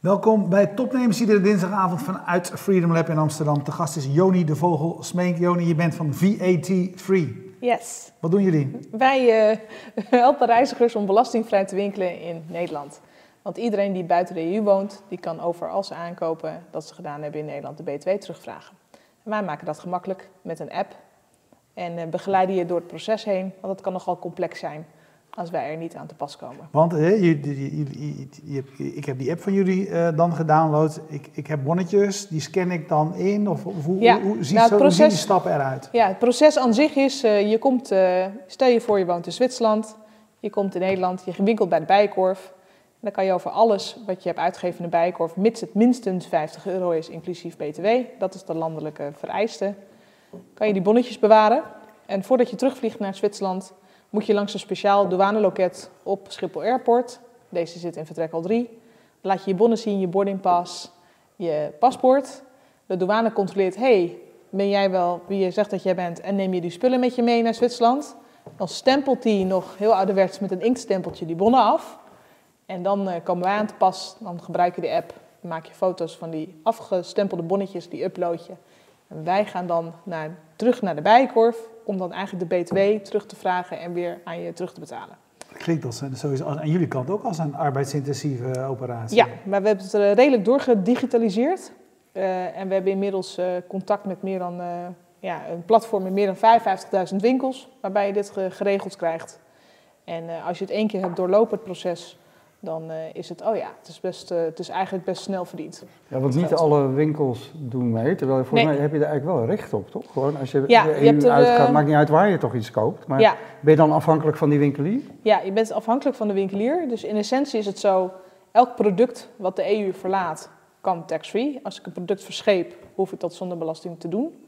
Welkom bij Topnemers, iedere dinsdagavond vanuit Freedom Lab in Amsterdam. Te gast is Joni de Vogel Smeek. Joni, je bent van VAT3. Yes. Wat doen jullie? Wij helpen reizigers om belastingvrij te winkelen in Nederland. Want iedereen die buiten de EU woont, die kan over al zijn aankopen dat ze gedaan hebben in Nederland de BTW terugvragen. En wij maken dat gemakkelijk met een app en begeleiden je door het proces heen, want het kan nogal complex zijn als wij er niet aan te pas komen. Want ik heb die app van jullie dan gedownload. Ik heb bonnetjes, die scan ik dan in? Of hoe zien die stappen eruit? Ja, het proces aan zich is, stel je voor je woont in Zwitserland, je komt in Nederland, je winkelt bij de Bijenkorf. En dan kan je over alles wat je hebt uitgegeven in de Bijenkorf, mits het minstens €50 is, inclusief BTW, dat is de landelijke vereiste, kan je die bonnetjes bewaren. En voordat je terugvliegt naar Zwitserland, moet je langs een speciaal douaneloket op Schiphol Airport. Deze zit in vertrekhal 3. Laat je je bonnen zien, je boardingpas, je paspoort. De douane controleert, ben jij wel wie je zegt dat jij bent en neem je die spullen met je mee naar Zwitserland? Dan stempelt die nog heel ouderwets met een inktstempeltje die bonnen af. En dan komen wij aan te pas, dan gebruik je de app. Dan maak je foto's van die afgestempelde bonnetjes, die upload je. En wij gaan dan terug naar de Bijenkorf om dan eigenlijk de BTW terug te vragen en weer aan je terug te betalen. Klinkt dat sowieso aan jullie kant ook als een arbeidsintensieve operatie? Ja, maar we hebben het redelijk doorgedigitaliseerd. En we hebben inmiddels contact met meer dan een platform met meer dan 55.000 winkels, waarbij je dit geregeld krijgt. En als je het 1 keer hebt doorlopen, het proces, dan is het, het is eigenlijk best snel verdiend. Ja, want niet alle winkels doen mee, terwijl volgens mij heb je er eigenlijk wel recht op, toch? Gewoon als je uitgaat, maakt niet uit waar je toch iets koopt, maar ben je dan afhankelijk van die winkelier? Ja, je bent afhankelijk van de winkelier. Dus in essentie is het zo, elk product wat de EU verlaat, kan tax-free. Als ik een product verscheep, hoef ik dat zonder belasting te doen.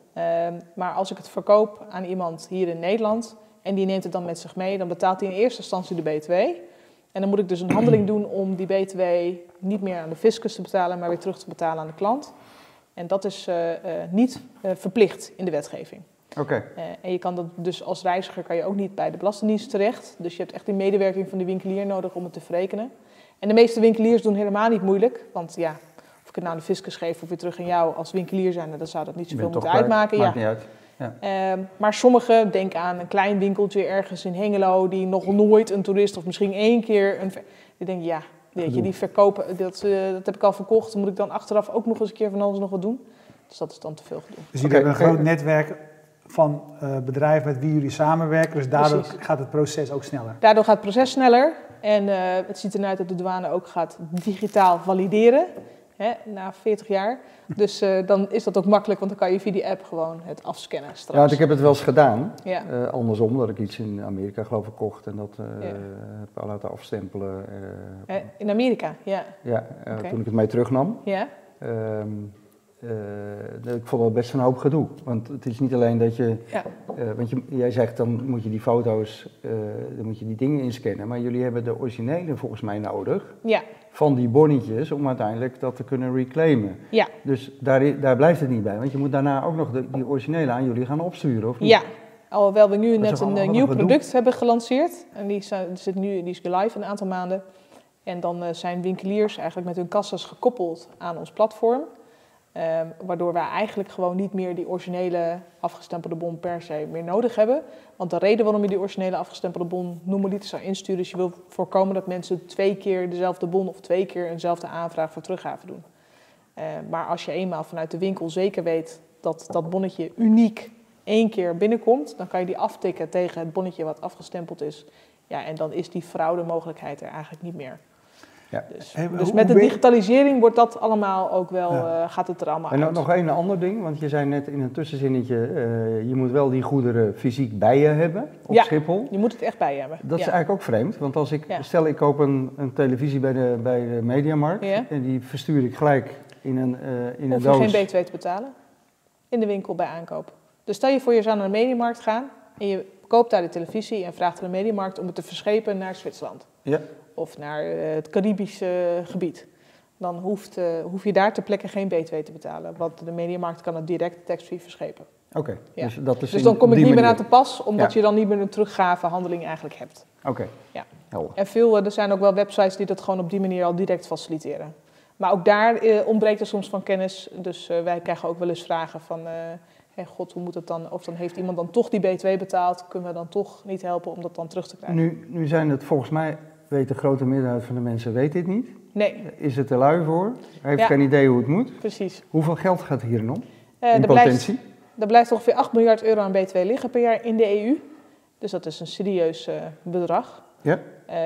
Maar als ik het verkoop aan iemand hier in Nederland en die neemt het dan met zich mee, dan betaalt hij in eerste instantie de BTW. En dan moet ik dus een handeling doen om die BTW niet meer aan de fiscus te betalen, maar weer terug te betalen aan de klant. En dat is niet verplicht in de wetgeving. Okay. En je kan dat dus als reiziger kan je ook niet bij de Belastingdienst terecht. Dus je hebt echt die medewerking van de winkelier nodig om het te verrekenen. En de meeste winkeliers doen helemaal niet moeilijk. Want ja, of ik het nou aan de fiscus geef of weer terug aan jou als winkelier zijn, dan zou dat niet zoveel moeten uitmaken. Maakt niet uit. Ja. Maar sommigen, denk aan een klein winkeltje ergens in Hengelo die nog nooit een toerist of misschien 1 keer die denken, die verkopen, dat heb ik al verkocht, dan moet ik dan achteraf ook nog eens een keer van alles nog wat doen. Dus dat is dan te veel gedoe. Dus jullie hebben een groot netwerk van bedrijven met wie jullie samenwerken, dus daardoor gaat het proces ook sneller? Daardoor gaat het proces sneller en het ziet ernaar uit dat de douane ook gaat digitaal valideren. Na 40 jaar. Dus dan is dat ook makkelijk, want dan kan je via die app gewoon het afscannen straks. Ja, want ik heb het wel eens gedaan. Ja. Andersom, dat ik iets in Amerika geloof ik kocht en dat heb laten afstempelen. In Amerika, ja. Ja, toen ik het mee terugnam. Ja. Ik vond wel best een hoop gedoe. Want het is niet alleen dat je... want jij zegt, dan moet je die foto's, dan moet je die dingen inscannen. Maar jullie hebben de originele volgens mij nodig. Ja. Van die bonnetjes om uiteindelijk dat te kunnen reclaimen. Ja. Dus daar blijft het niet bij. Want je moet daarna ook nog die originele aan jullie gaan opsturen, of niet? Ja. Alhoewel we nu net een nieuw product hebben gelanceerd. En die is live een aantal maanden. En dan zijn winkeliers eigenlijk met hun kassas gekoppeld aan ons platform. Waardoor wij eigenlijk gewoon niet meer die originele afgestempelde bon per se meer nodig hebben. Want de reden waarom je die originele afgestempelde bon normaliter zou insturen, is je wil voorkomen dat mensen 2 keer dezelfde bon of 2 keer eenzelfde aanvraag voor teruggave doen. Maar als je eenmaal vanuit de winkel zeker weet dat dat bonnetje uniek 1 keer binnenkomt, dan kan je die aftikken tegen het bonnetje wat afgestempeld is. Ja, en dan is die fraudemogelijkheid er eigenlijk niet meer. Ja. Dus met de digitalisering wordt dat allemaal ook wel, gaat het er allemaal uit. En nog een ander ding, want je zei net in een tussenzinnetje, je moet wel die goederen fysiek bij je hebben op Schiphol. Je moet het echt bij je hebben. Dat is eigenlijk ook vreemd, want als stel ik koop een televisie bij de Mediamarkt en die verstuur ik gelijk in een doos. Hoef je geen BTW te betalen in de winkel bij aankoop. Dus stel je voor je zou naar de Mediamarkt gaan en je koopt daar de televisie en vraagt de Mediamarkt om het te verschepen naar Zwitserland. Ja. Of naar het Caribische gebied. Dan hoef je daar ter plekke geen BTW te betalen. Want de Mediamarkt kan het direct tax-free verschepen. Oké. Dus dan kom ik niet meer aan te pas, omdat je dan niet meer een teruggavehandeling eigenlijk hebt. Oké. Ja. Er zijn ook wel websites die dat gewoon op die manier al direct faciliteren. Maar ook daar ontbreekt er soms van kennis. Dus wij krijgen ook wel eens vragen van... God, hoe moet het dan? Of dan heeft iemand dan toch die BTW betaald? Kunnen we dan toch niet helpen om dat dan terug te krijgen? Nu zijn het volgens mij... Weet de grote meerderheid van de mensen weet dit niet. Nee. Is het te lui voor? Hij heeft geen idee hoe het moet. Precies. Hoeveel geld gaat hier om? In potentie? Er blijft ongeveer 8 miljard euro aan BTW liggen per jaar in de EU. Dus dat is een serieus bedrag. Ja.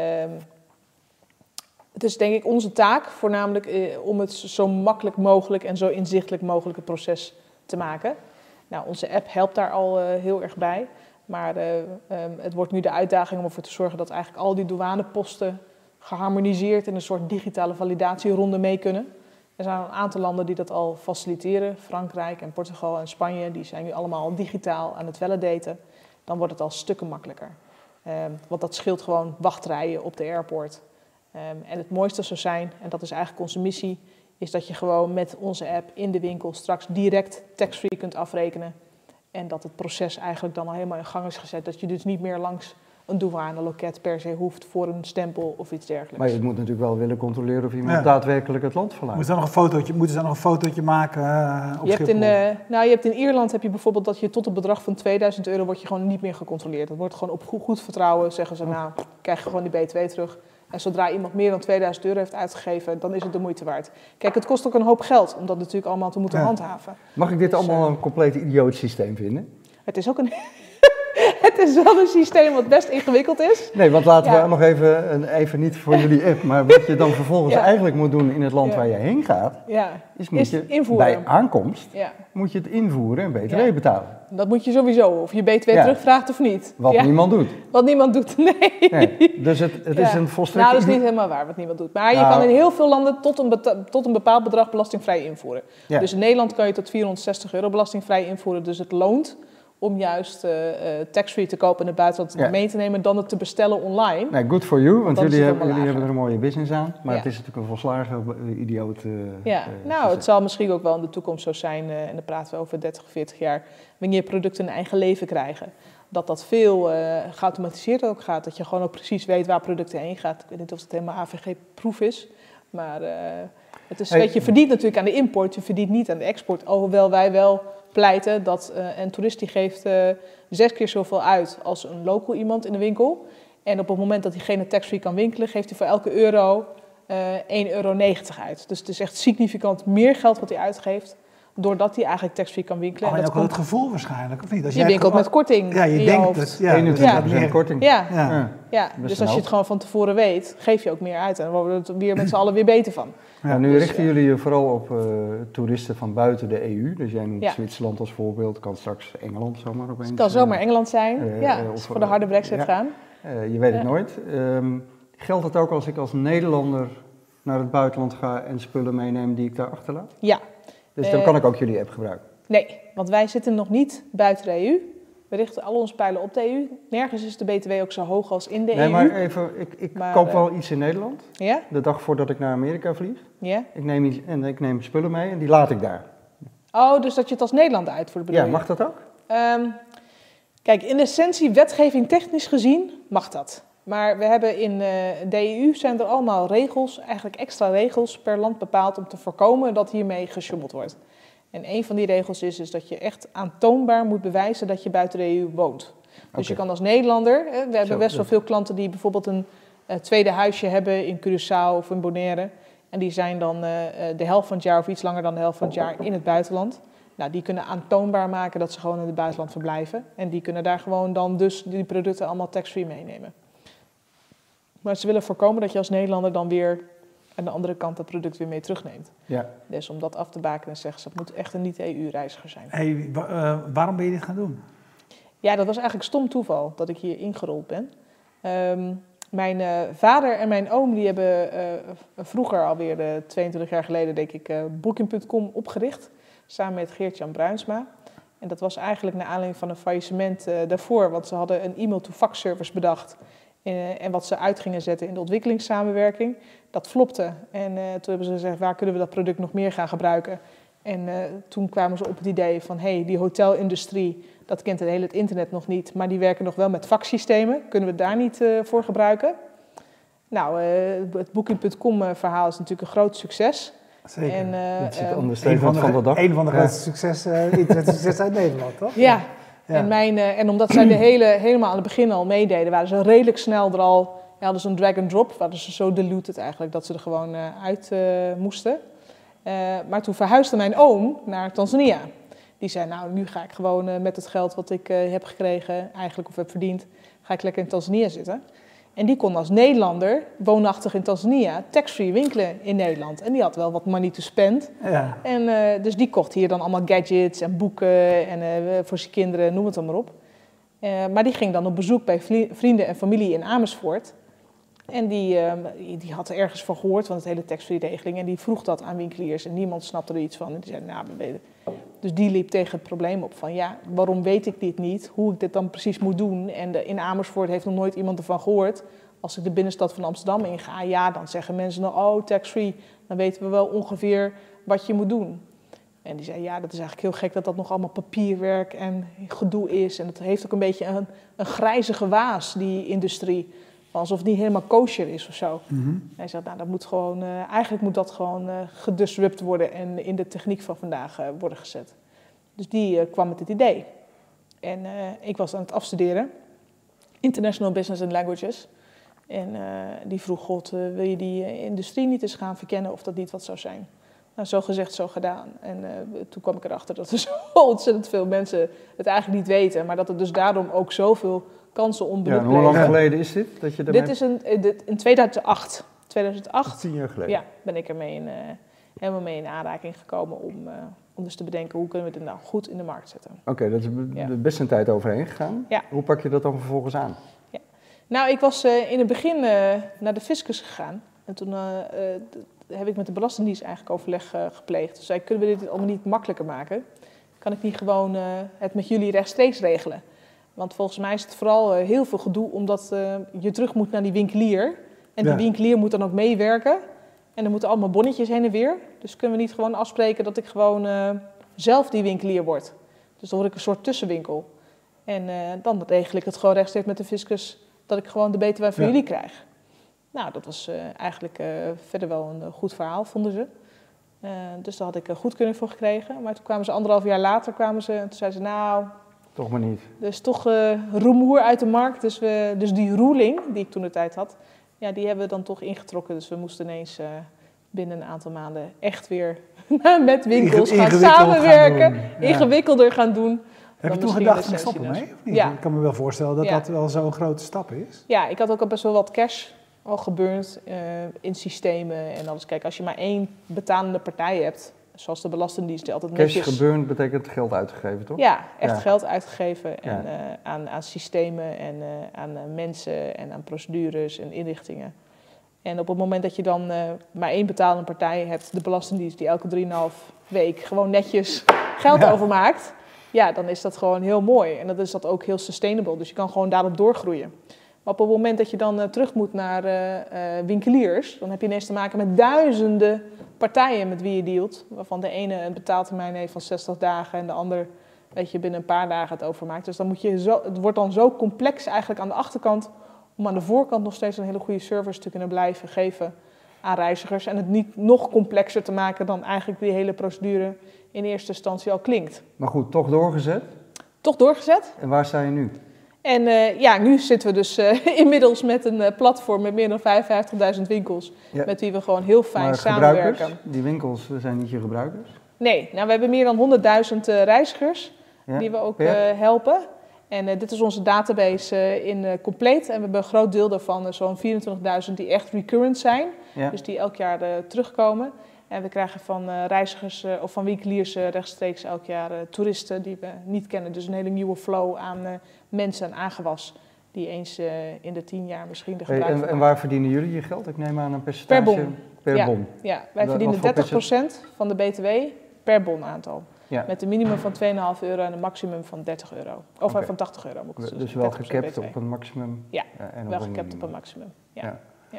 Het is denk ik onze taak, voornamelijk om het zo makkelijk mogelijk en zo inzichtelijk mogelijk het proces te maken. Nou, onze app helpt daar al heel erg bij. Maar het wordt nu de uitdaging om ervoor te zorgen dat eigenlijk al die douaneposten geharmoniseerd in een soort digitale validatieronde mee kunnen. Er zijn een aantal landen die dat al faciliteren. Frankrijk en Portugal en Spanje, die zijn nu allemaal digitaal aan het validaten. Dan wordt het al stukken makkelijker. Want dat scheelt gewoon wachtrijen op de airport. En het mooiste zou zijn, en dat is eigenlijk onze missie, is dat je gewoon met onze app in de winkel straks direct tax-free kunt afrekenen. En dat het proces eigenlijk dan al helemaal in gang is gezet. Dat je dus niet meer langs een douaneloket per se hoeft voor een stempel of iets dergelijks. Maar je moet natuurlijk wel willen controleren of iemand daadwerkelijk het land verlaat. Moeten ze dan nog een fotootje maken op Schiphol? Je hebt in Ierland heb je bijvoorbeeld dat je tot een bedrag van €2000 wordt je gewoon niet meer gecontroleerd. Dat wordt gewoon op goed vertrouwen, zeggen ze, nou, krijg je gewoon die BTW terug. En zodra iemand meer dan €2000 heeft uitgegeven, dan is het de moeite waard. Kijk, het kost ook een hoop geld om dat natuurlijk allemaal te moeten handhaven. Mag ik dit allemaal een compleet idioot systeem vinden? Het is ook een... Het is wel een systeem wat best ingewikkeld is. Nee, want laten we nog even niet voor jullie app, maar wat je dan vervolgens eigenlijk moet doen in het land waar je heen gaat, is je invoeren. Bij aankomst moet je het invoeren en BTW betalen. Dat moet je sowieso, of je BTW terugvraagt of niet. Wat niemand doet. Wat niemand doet, nee. Dus het is een volstrekt... Nou, dat is niet helemaal waar wat niemand doet. Maar je kan in heel veel landen tot een bepaald bedrag belastingvrij invoeren. Ja. Dus in Nederland kan je tot €460 belastingvrij invoeren, dus het loont om juist tax-free te kopen in het buitenland mee te nemen dan het te bestellen online. Nee, good for you, want jullie hebben er een mooie business aan. Maar het is natuurlijk een volslagen idioot het zal misschien ook wel in de toekomst zo zijn, en dan praten we over 30, 40 jaar, wanneer je producten een eigen leven krijgen. Dat veel geautomatiseerd ook gaat, dat je gewoon ook precies weet waar producten heen gaan. Ik weet niet of het helemaal AVG-proof is, maar het is, je verdient natuurlijk aan de import, je verdient niet aan de export, alhoewel wij wel pleiten dat een toerist die geeft 6 keer zoveel uit als een local iemand in de winkel. En op het moment dat diegene tax-free kan winkelen, geeft hij voor elke euro €1,90 uit. Dus het is echt significant meer geld wat hij uitgeeft, doordat hij eigenlijk tax-free kan winkelen. Oh, en dat ook wel het gevoel waarschijnlijk, of niet? Als je winkelt met korting. Ja, je denkt het. 21% korting. Ja, dus als je het gewoon van tevoren weet, geef je ook meer uit. En dan worden we er weer met z'n allen weer beter van. Ja, nu richten jullie je vooral op toeristen van buiten de EU. Dus jij noemt Zwitserland als voorbeeld. Kan straks Engeland zomaar opeens. Het kan zomaar Engeland zijn. Als we voor de harde Brexit gaan. Je weet het nooit. Geldt het ook als ik als Nederlander naar het buitenland ga en spullen meeneem die ik daar achterlaat? Ja. Dus dan kan ik ook jullie app gebruiken? Nee, want wij zitten nog niet buiten de EU. We richten al onze pijlen op de EU. Nergens is de BTW ook zo hoog als in de EU. Nee, maar even, ik koop wel iets in Nederland. Ja? De dag voordat ik naar Amerika vlieg. Ja? Ik neem spullen mee en die laat ik daar. Oh, dus dat je het als Nederland uitvoert, bedoel je? Ja, mag dat ook? Kijk, in essentie, wetgeving technisch gezien, mag dat. Maar we hebben in de EU zijn er allemaal regels, eigenlijk extra regels per land bepaald om te voorkomen dat hiermee gesjoemeld wordt. En een van die regels is dat je echt aantoonbaar moet bewijzen dat je buiten de EU woont. Dus je kan als Nederlander, we hebben best wel veel klanten die bijvoorbeeld een tweede huisje hebben in Curaçao of in Bonaire. En die zijn dan de helft van het jaar of iets langer dan de helft van het jaar in het buitenland. Nou, die kunnen aantoonbaar maken dat ze gewoon in het buitenland verblijven. En die kunnen daar gewoon dan dus die producten allemaal tax-free meenemen. Maar ze willen voorkomen dat je als Nederlander dan weer aan de andere kant het product weer mee terugneemt. Ja. Dus om dat af te bakenen zeggen ze, dat moet echt een niet-EU-reiziger zijn. Hey, waarom ben je dit gaan doen? Ja, dat was eigenlijk stom toeval dat ik hier ingerold ben. Mijn vader en mijn oom die hebben vroeger alweer 22 jaar geleden, denk ik, Booking.com opgericht. Samen met Geert-Jan Bruinsma. En dat was eigenlijk naar aanleiding van een faillissement daarvoor. Want ze hadden een e-mail-to-fax service bedacht. En wat ze uit gingen zetten in de ontwikkelingssamenwerking. Dat flopte. En toen hebben ze gezegd, waar kunnen we dat product nog meer gaan gebruiken? En toen kwamen ze op het idee van, die hotelindustrie, dat kent het internet nog niet. Maar die werken nog wel met faxsystemen. Kunnen we het daar niet voor gebruiken? Nou, het Booking.com verhaal is natuurlijk een groot succes. Zeker. En, een van de grootste successen uit Nederland, toch? Ja. En omdat zij helemaal aan het begin al meededen, waren ze redelijk snel er al... Ja, hadden ze een drag and drop, waren ze zo diluted eigenlijk dat ze er gewoon uit moesten. Maar toen verhuisde mijn oom naar Tanzania. Die zei, nou, nu ga ik gewoon met het geld wat ik heb gekregen, eigenlijk of heb verdiend, ga ik lekker in Tanzania zitten. En die kon als Nederlander, woonachtig in Tanzania, tax-free winkelen in Nederland. En die had wel wat money to spend. Ja. En dus die kocht hier dan allemaal gadgets en boeken en voor zijn kinderen, noem het dan maar op. Maar die ging dan op bezoek bij vrienden en familie in Amersfoort. En die had er ergens van gehoord, van het hele tax-free regeling. En die vroeg dat aan winkeliers en niemand snapte er iets van. En die zei, nou, dus die liep tegen het probleem op van, ja, waarom weet ik dit niet? Hoe ik dit dan precies moet doen? En in Amersfoort heeft nog nooit iemand ervan gehoord. Als ik de binnenstad van Amsterdam inga, ja, dan zeggen mensen nog, oh, tax-free. Dan weten we wel ongeveer wat je moet doen. En die zei, ja, dat is eigenlijk heel gek dat dat nog allemaal papierwerk en gedoe is. En het heeft ook een beetje een grijzige waas, die industrie. Alsof het niet helemaal kosher is of zo. Mm-hmm. Hij zei, nou, dat moet gewoon, eigenlijk moet dat gewoon gedisrupt worden en in de techniek van vandaag worden gezet. Dus die kwam met het idee. En ik was aan het afstuderen, International Business and Languages. En die vroeg, God, wil je die industrie niet eens gaan verkennen of dat niet wat zou zijn? Nou, zo gezegd, zo gedaan. En toen kwam ik erachter dat er zo ontzettend veel mensen het eigenlijk niet weten. Maar dat er dus daarom ook zoveel kansen onbenut bleven. Hoe lang geleden is dit? Dat je dit is in 2008. 10 jaar geleden? Ja, ben ik ermee helemaal mee in aanraking gekomen om dus te bedenken hoe kunnen we dit nou goed in de markt zetten. Oké, dat is best een tijd overheen gegaan. Ja. Hoe pak je dat dan vervolgens aan? Ja. Nou, ik was in het begin naar de fiscus gegaan. En toen heb ik met de Belastingdienst eigenlijk overleg gepleegd. Dus zei, kunnen we dit allemaal niet makkelijker maken? Kan ik niet gewoon het met jullie rechtstreeks regelen? Want volgens mij is het vooral heel veel gedoe, omdat je terug moet naar die winkelier. En die winkelier moet dan ook meewerken. En er moeten allemaal bonnetjes heen en weer. Dus kunnen we niet gewoon afspreken dat ik gewoon zelf die winkelier word. Dus dan word ik een soort tussenwinkel. En dan regel ik het gewoon rechtstreeks met de fiscus, dat ik gewoon de BTW van jullie krijg. Nou, dat was eigenlijk verder wel een goed verhaal, vonden ze. Dus daar had ik goedkeuring voor gekregen. Maar toen kwamen ze 1,5 jaar later, en toen zeiden ze, nou... Toch maar niet. Dus toch rumoer uit de markt. Dus die ruling die ik toen de tijd had, ja, die hebben we dan toch ingetrokken. Dus we moesten ineens binnen een aantal maanden echt weer met winkels gaan samenwerken. Ingewikkelder gaan doen. Heb je toen gedacht, ik stop ermee? Ja. Ik kan me wel voorstellen dat dat wel zo'n grote stap is. Ja, ik had ook al best wel wat cash al geburnd in systemen en alles. Kijk, als je maar 1 betalende partij hebt, zoals de Belastingdienst die altijd netjes... Cash geburnd betekent geld uitgegeven, toch? Ja, echt geld uitgegeven en, aan systemen en aan mensen en aan procedures en inrichtingen. En op het moment dat je dan maar 1 betalende partij hebt, de Belastingdienst die elke 3,5 week gewoon netjes geld overmaakt, ja, dan is dat gewoon heel mooi. En dan is dat ook heel sustainable, dus je kan gewoon daarop doorgroeien. Maar op het moment dat je dan terug moet naar winkeliers, dan heb je ineens te maken met duizenden partijen met wie je dealt. Waarvan de ene een betaaltermijn heeft van 60 dagen en de ander, weet je, binnen een paar dagen het overmaakt. Dus dan moet je het wordt dan zo complex eigenlijk aan de achterkant, om aan de voorkant nog steeds een hele goede service te kunnen blijven geven aan reizigers. En het niet nog complexer te maken dan eigenlijk die hele procedure in eerste instantie al klinkt. Maar goed, toch doorgezet? Toch doorgezet. En waar sta je nu? En nu zitten we dus inmiddels met een platform met meer dan 55.000 winkels. Ja. Met wie we gewoon heel fijn samenwerken. Die winkels zijn niet je gebruikers? Nee, nou, we hebben meer dan 100.000 reizigers die we ook helpen. En dit is onze database compleet. En we hebben een groot deel daarvan, zo'n 24.000 die echt recurrent zijn. Ja. Dus die elk jaar terugkomen. En we krijgen van reizigers of van winkeliers rechtstreeks elk jaar toeristen die we niet kennen. Dus een hele nieuwe flow aan mensen en aangewas die eens in de 10 jaar misschien de gebruik van En waar verdienen jullie je geld? Ik neem aan een percentage per bon. Ja, wij verdienen 30% van de BTW per bon aantal. Ja. Met een minimum van €2,5 en een maximum van €30. Of van €80 moet ik zeggen. Dus wel gecapt op een maximum? Ja, wel gecapt op een maximum. Ja.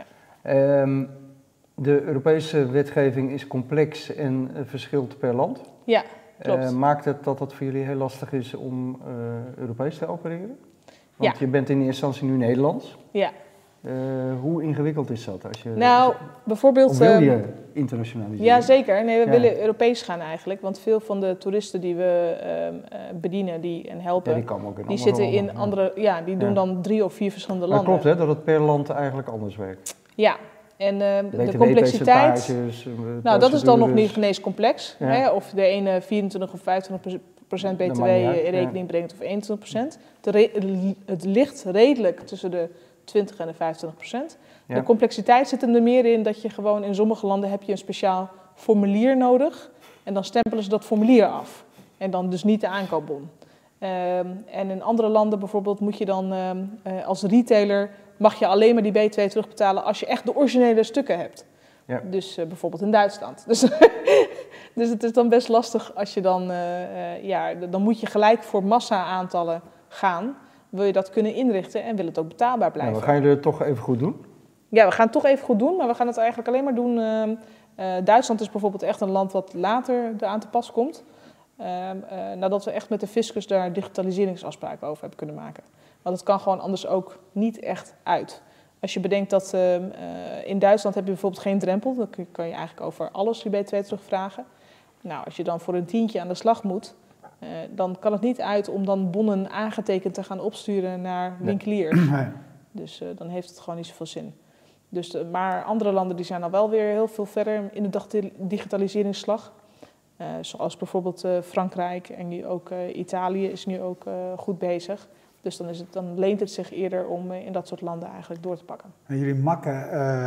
De Europese wetgeving is complex en verschilt per land. Ja, klopt. Maakt het dat het voor jullie heel lastig is om Europees te opereren? Want je bent in eerste instantie nu Nederlands. Ja. Hoe ingewikkeld is dat? Als je, nou, bijvoorbeeld... Of wil je internationaliseren? Ja, zeker. Nee, we willen Europees gaan eigenlijk. Want veel van de toeristen die we bedienen en helpen, die zitten in andere... Ja, die doen dan 3 of 4 verschillende landen. Klopt, hè, dat het per land eigenlijk anders werkt. Ja. En de complexiteit... Nou, dat is dan nog niet ineens complex. Ja. Hè? Of de ene 24 of 25% BTW in rekening brengt of 21%. Het ligt redelijk tussen de 20 en de 25%. Ja. De complexiteit zit er meer in dat je gewoon in sommige landen heb je een speciaal formulier nodig. En dan stempelen ze dat formulier af. En dan dus niet de aankoopbon. En in andere landen bijvoorbeeld moet je dan als retailer... mag je alleen maar die BTW terugbetalen als je echt de originele stukken hebt. Ja. Dus bijvoorbeeld in Duitsland. Dus het is dan best lastig als je dan... dan moet je gelijk voor massa-aantallen gaan. Wil je dat kunnen inrichten en wil het ook betaalbaar blijven. Nou, we gaan jullie het toch even goed doen? Ja, we gaan het toch even goed doen, maar we gaan het eigenlijk alleen maar doen... Duitsland is bijvoorbeeld echt een land wat later eraan te pas komt. Nadat we echt met de fiscus daar digitaliseringsafspraken over hebben kunnen maken. Want het kan gewoon anders ook niet echt uit. Als je bedenkt dat in Duitsland heb je bijvoorbeeld geen drempel. Dan kan je eigenlijk over alles je BTW terugvragen. Nou, als je dan voor een tientje aan de slag moet... dan kan het niet uit om dan bonnen aangetekend te gaan opsturen naar winkeliers. Nee. Dus dan heeft het gewoon niet zoveel zin. Dus, maar andere landen die zijn al wel weer heel veel verder in de digitaliseringsslag. Zoals bijvoorbeeld Frankrijk en nu ook Italië is nu ook goed bezig. Dus dan leent het zich eerder om in dat soort landen eigenlijk door te pakken. En jullie makken,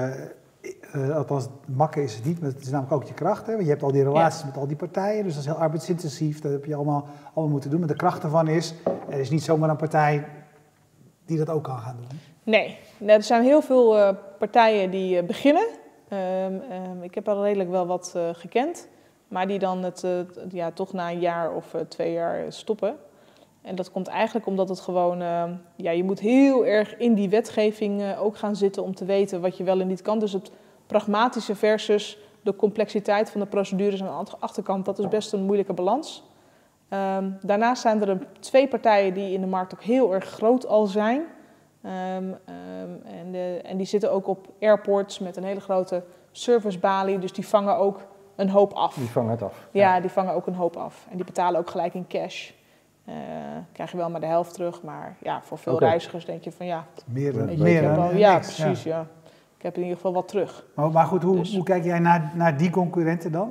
althans makken is het niet, maar het is namelijk ook je kracht. Hè? Want je hebt al die relaties met al die partijen, dus dat is heel arbeidsintensief. Dat heb je allemaal moeten doen. Maar de kracht ervan is, er is niet zomaar een partij die dat ook kan gaan doen. Nee, er zijn heel veel partijen die beginnen. Ik heb al redelijk wel wat gekend. Maar die dan toch na een jaar of 2 jaar stoppen. En dat komt eigenlijk omdat het gewoon... je moet heel erg in die wetgeving ook gaan zitten om te weten wat je wel en niet kan. Dus het pragmatische versus de complexiteit van de procedures aan de achterkant, dat is best een moeilijke balans. Daarnaast zijn er 2 partijen die in de markt ook heel erg groot al zijn. En die zitten ook op airports met een hele grote servicebalie, dus die vangen ook een hoop af. Die vangen het af? Ja, die vangen ook een hoop af. En die betalen ook gelijk in cash. Krijg je wel maar de helft terug, maar ja, voor veel reizigers denk je van ja, precies. Ja. Ik heb in ieder geval wat terug. Maar goed, hoe kijk jij naar die concurrenten dan?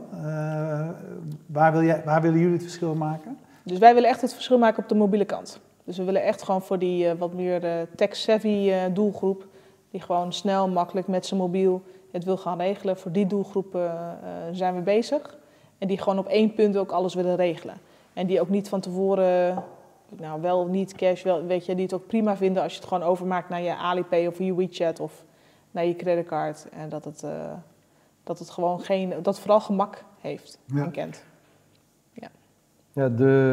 Waar willen jullie het verschil maken? Dus wij willen echt het verschil maken op de mobiele kant. Dus we willen echt gewoon voor die wat meer tech-savvy doelgroep, die gewoon snel, makkelijk met zijn mobiel het wil gaan regelen. Voor die doelgroep zijn we bezig. En die gewoon op 1 punt ook alles willen regelen. En die ook niet van tevoren, wel niet cash, die het ook prima vinden als je het gewoon overmaakt naar je Alipay of je WeChat of naar je creditcard. En dat het gewoon dat vooral gemak heeft en kent. Ja. Ja,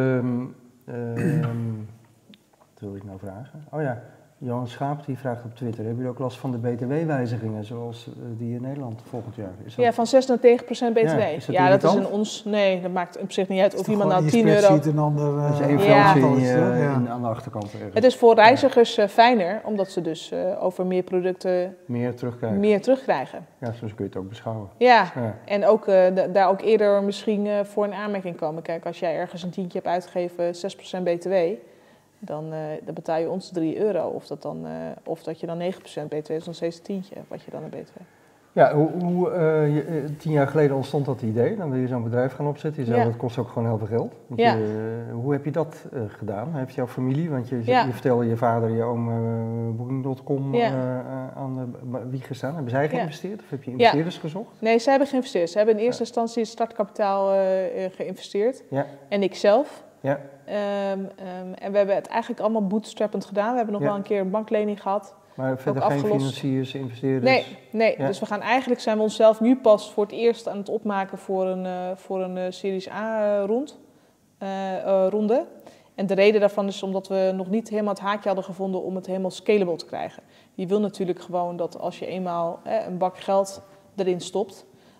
wat wil ik nou vragen? Oh ja, Johan Schaap die vraagt op Twitter, hebben jullie ook last van de btw-wijzigingen zoals die in Nederland volgend jaar? Is dat... Ja, van 6 naar 9% btw. Dat is in ons, nee, dat maakt op zich niet uit of iemand nou 10 euro... Een ander, dat is inflatie aan de achterkant. Ergens. Het is voor reizigers fijner, omdat ze dus over meer producten meer terugkrijgen. Ja, zo kun je het ook beschouwen. Ja. En ook daar ook eerder misschien voor een aanmerking komen. Kijk, als jij ergens een tientje hebt uitgegeven, 6% btw... Dan betaal je ons 3 euro. Of dat je dan 9% btw is, nog steeds een tientje wat je dan een btw. Ja, 10 jaar geleden ontstond dat idee. Dan wil je zo'n bedrijf gaan opzetten. Je zei, dat kost ook gewoon heel veel geld. Hoe heb je dat gedaan? Heeft jouw familie, want je vertelde je vader, je oom Booking.com aan de wieg gestaan. Hebben zij geïnvesteerd of heb je investeerders gezocht? Nee, zij hebben geïnvesteerd. Ze hebben in eerste instantie startkapitaal geïnvesteerd. Ja. En ik zelf. Ja. En we hebben het eigenlijk allemaal bootstrappend gedaan. We hebben nog wel een keer een banklening gehad. Maar verder geen financiers, investeerders? Nee. Ja. Dus zijn we onszelf nu pas voor het eerst aan het opmaken voor een Series A ronde. En de reden daarvan is omdat we nog niet helemaal het haakje hadden gevonden om het helemaal scalable te krijgen. Je wil natuurlijk gewoon dat als je eenmaal een bak geld erin stopt,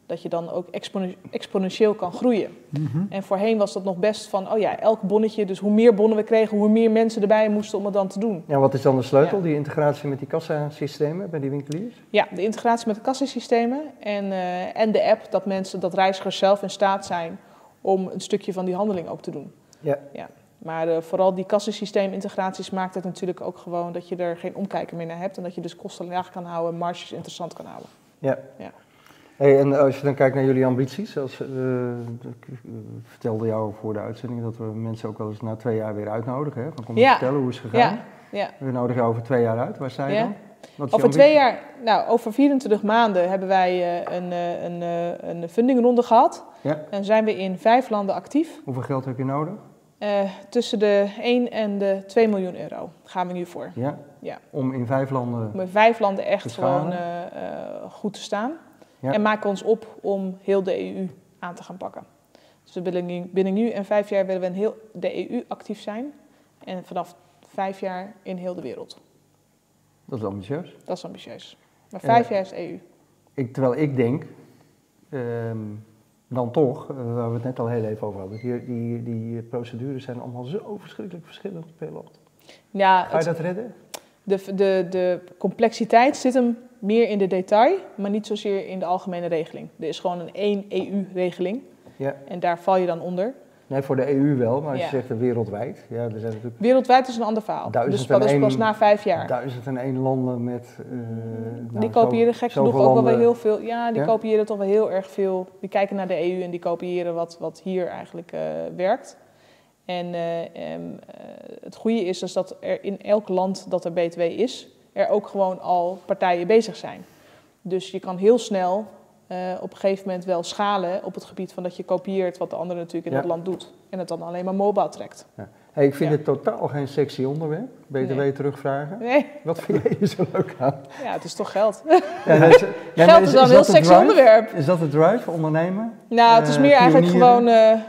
dat je dan ook exponentieel kan groeien. En voorheen was dat nog best van, elk bonnetje, dus hoe meer bonnen we kregen, hoe meer mensen erbij moesten om het dan te doen. Ja, wat is dan de sleutel, die integratie met die kassasystemen bij die winkeliers? Ja, de integratie met de kassasystemen en de app, dat reizigers zelf in staat zijn om een stukje van die handeling ook te doen. Ja. Maar vooral die kassasysteemintegraties maakt het natuurlijk ook gewoon dat je er geen omkijken meer naar hebt en dat je dus kosten laag kan houden, marges interessant kan houden. Ja. Hey, en als je dan kijkt naar jullie ambities, ik vertelde jou voor de uitzending dat we mensen ook wel eens na 2 jaar weer uitnodigen. Hè? Dan kom je vertellen hoe is het gegaan. We nodigen je over 2 jaar uit. Waar sta je dan? Over 2 jaar, over 24 maanden hebben wij een fundingronde gehad. Ja. En zijn we in 5 landen actief. Hoeveel geld heb je nodig? Tussen de 1 en de 2 miljoen euro gaan we nu voor. Ja. Om in 5 landen om in 5 landen echt gewoon goed te staan. Ja. En maken ons op om heel de EU aan te gaan pakken. Dus we willen binnen nu en 5 jaar willen we in heel de EU actief zijn. En vanaf 5 jaar in heel de wereld. Dat is ambitieus. Dat is ambitieus. Maar 5 jaar is EU. Terwijl ik denk, dan toch, waar we het net al heel even over hadden, die procedures zijn allemaal zo verschrikkelijk verschillend per land. Ja, ga je dat redden? De complexiteit zit hem meer in de detail, maar niet zozeer in de algemene regeling. Er is gewoon een 1 EU-regeling en daar val je dan onder. Nee, voor de EU wel, maar als je zegt wereldwijd. Ja, er zijn natuurlijk wereldwijd is een ander verhaal. Dus dat is pas na 5 jaar. 1001 landen met... die kopiëren gek genoeg ook wel weer heel veel. Ja, die kopiëren toch wel heel erg veel. Die kijken naar de EU en die kopiëren wat hier eigenlijk werkt. En het goede is dus dat er in elk land dat er BTW is, er ook gewoon al partijen bezig zijn. Dus je kan heel snel op een gegeven moment wel schalen op het gebied van dat je kopieert wat de ander natuurlijk in dat land doet. En het dan alleen maar mobile trekt. Ja. Hey, ik vind het totaal geen sexy onderwerp, BTW terugvragen. Nee. Wat vind jij er zo leuk aan? Ja, het is toch geld. Geld is dan een heel sexy onderwerp. Is dat de drive, ondernemen? Nou, het is meer eigenlijk gewoon...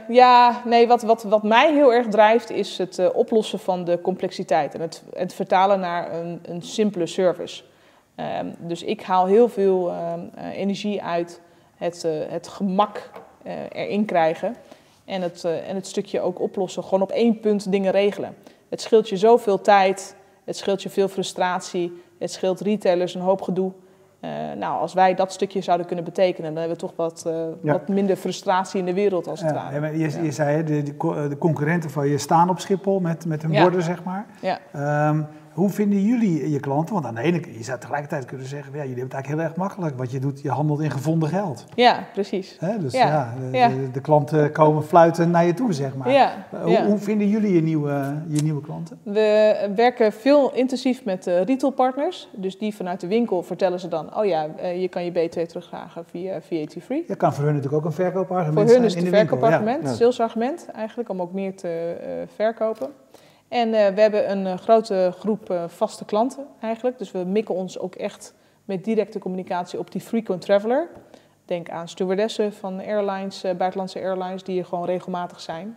wat mij heel erg drijft is het oplossen van de complexiteit. En het vertalen naar een simpele service. Dus ik haal heel veel energie uit het gemak erin krijgen. En het stukje ook oplossen, gewoon op 1 punt dingen regelen. Het scheelt je zoveel tijd, het scheelt je veel frustratie, het scheelt retailers een hoop gedoe. Als wij dat stukje zouden kunnen betekenen, dan hebben we toch wat minder frustratie in de wereld als het ware. Maar je zei, de concurrenten van je staan op Schiphol met hun borden, zeg maar. Ja. Hoe vinden jullie je klanten? Want aan de ene kant, je zou tegelijkertijd kunnen zeggen, jullie hebben het eigenlijk heel erg makkelijk. Wat je doet, je handelt in gevonden geld. Ja, precies. Dus de klanten komen fluiten naar je toe, zeg maar. Ja. Hoe vinden jullie je nieuwe klanten? We werken veel intensief met retailpartners. Dus die vanuit de winkel vertellen ze dan, je kan je BTW terugvragen via VAT-free. Dat kan voor hun natuurlijk ook een verkoopargument zijn. Voor hun is het een verkoopargument, salesargument eigenlijk, om ook meer te verkopen. En we hebben een grote groep vaste klanten eigenlijk. Dus we mikken ons ook echt met directe communicatie op die frequent traveler. Denk aan stewardessen van airlines, buitenlandse airlines, die er gewoon regelmatig zijn.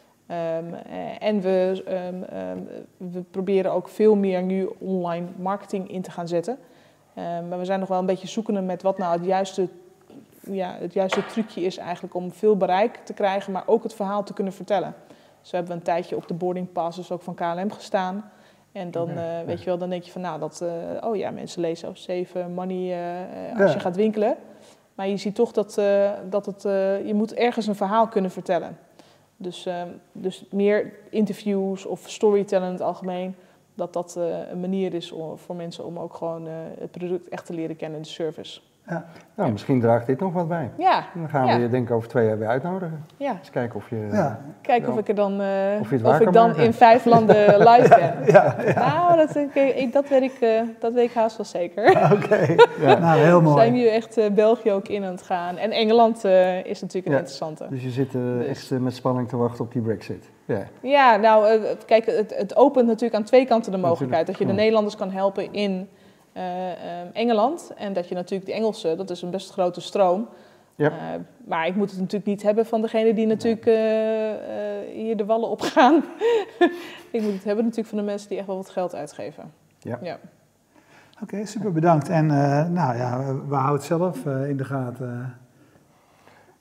En we proberen ook veel meer nu online marketing in te gaan zetten. Maar we zijn nog wel een beetje zoekende met wat nou het juiste trucje is eigenlijk om veel bereik te krijgen, maar ook het verhaal te kunnen vertellen. Zo hebben we een tijdje op de boarding passes ook van KLM gestaan. En dan, dan denk je van, mensen lezen op 7 money als je gaat winkelen. Maar je ziet toch je moet ergens een verhaal kunnen vertellen. Dus meer interviews of storytelling in het algemeen, dat een manier is voor mensen om ook gewoon het product echt te leren kennen en de service. Ja. Nou, misschien draagt dit nog wat bij. Ja. Dan gaan we je denk ik over 2 jaar weer uitnodigen. Ja. Eens kijken of je... Kijken of ik er dan in 5 landen live ben. Nou, dat weet ik haast wel zeker. Oké. Nou, heel mooi. We zijn nu echt België ook in aan het gaan. En Engeland is natuurlijk een interessante. Dus je zit echt met spanning te wachten op die Brexit. Ja, nou, kijk, het opent natuurlijk aan 2 kanten de mogelijkheid. Dat je de Nederlanders kan helpen in Engeland. En dat je natuurlijk de Engelsen, dat is een best grote stroom. Ja. Maar ik moet het natuurlijk niet hebben van degene die natuurlijk hier de wallen opgaan. Ik moet het hebben natuurlijk van de mensen die echt wel wat geld uitgeven. Ja. Oké, super bedankt. En we houden het zelf in de gaten.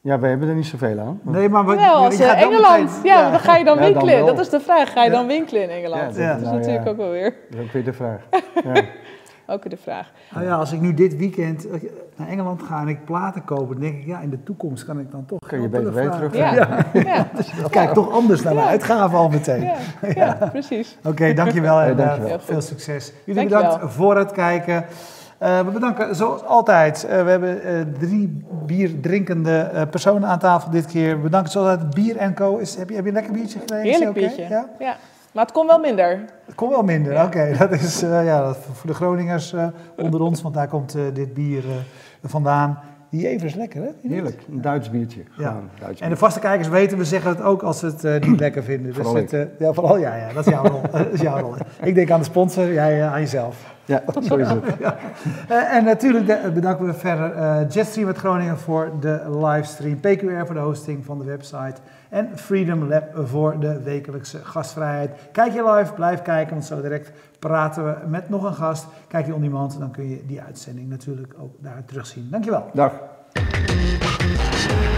Ja, we hebben er niet zoveel aan. Nee, maar als Engeland. Ja, dan ga je dan winkelen. Dan dat is de vraag. Ga je dan winkelen in Engeland? Dat is natuurlijk ook wel weer. Dat is ook weer de vraag. Ook weer de vraag. Nou ja, als ik nu dit weekend naar Engeland ga en ik platen koop, dan denk ik, in de toekomst kan ik dan toch... Kun je beter weer terug. Dan kijk ik toch anders naar mijn uitgaven al meteen. Ja, precies. Oké, dankjewel en veel succes. Jullie bedankt voor het kijken. We bedanken zoals altijd. We hebben 3 bierdrinkende personen aan tafel dit keer. We bedanken zoals altijd Bier & Co. Heb je een lekker biertje gekregen? Heerlijk biertje. Ja. Maar het kon wel minder. Het kon wel minder, oké. Dat is voor de Groningers onder ons, want daar komt dit bier vandaan. Die even is lekker, hè? Heerlijk, een Duits biertje. Ja. En de vaste kijkers weten, we zeggen het ook als ze het niet lekker vinden. Vooral dus vooral dat is jouw rol. Dat is jouw rol. Ik denk aan de sponsor, jij aan jezelf. Ja, zo is het. En natuurlijk bedanken we verder Jetstream uit Groningen voor de livestream, PQR voor de hosting van de website en Freedom Lab voor de wekelijkse gastvrijheid. Kijk je live, blijf kijken, want zo direct praten we met nog een gast. Kijk je on demand, dan kun je die uitzending natuurlijk ook daar terugzien. Dankjewel. Dag.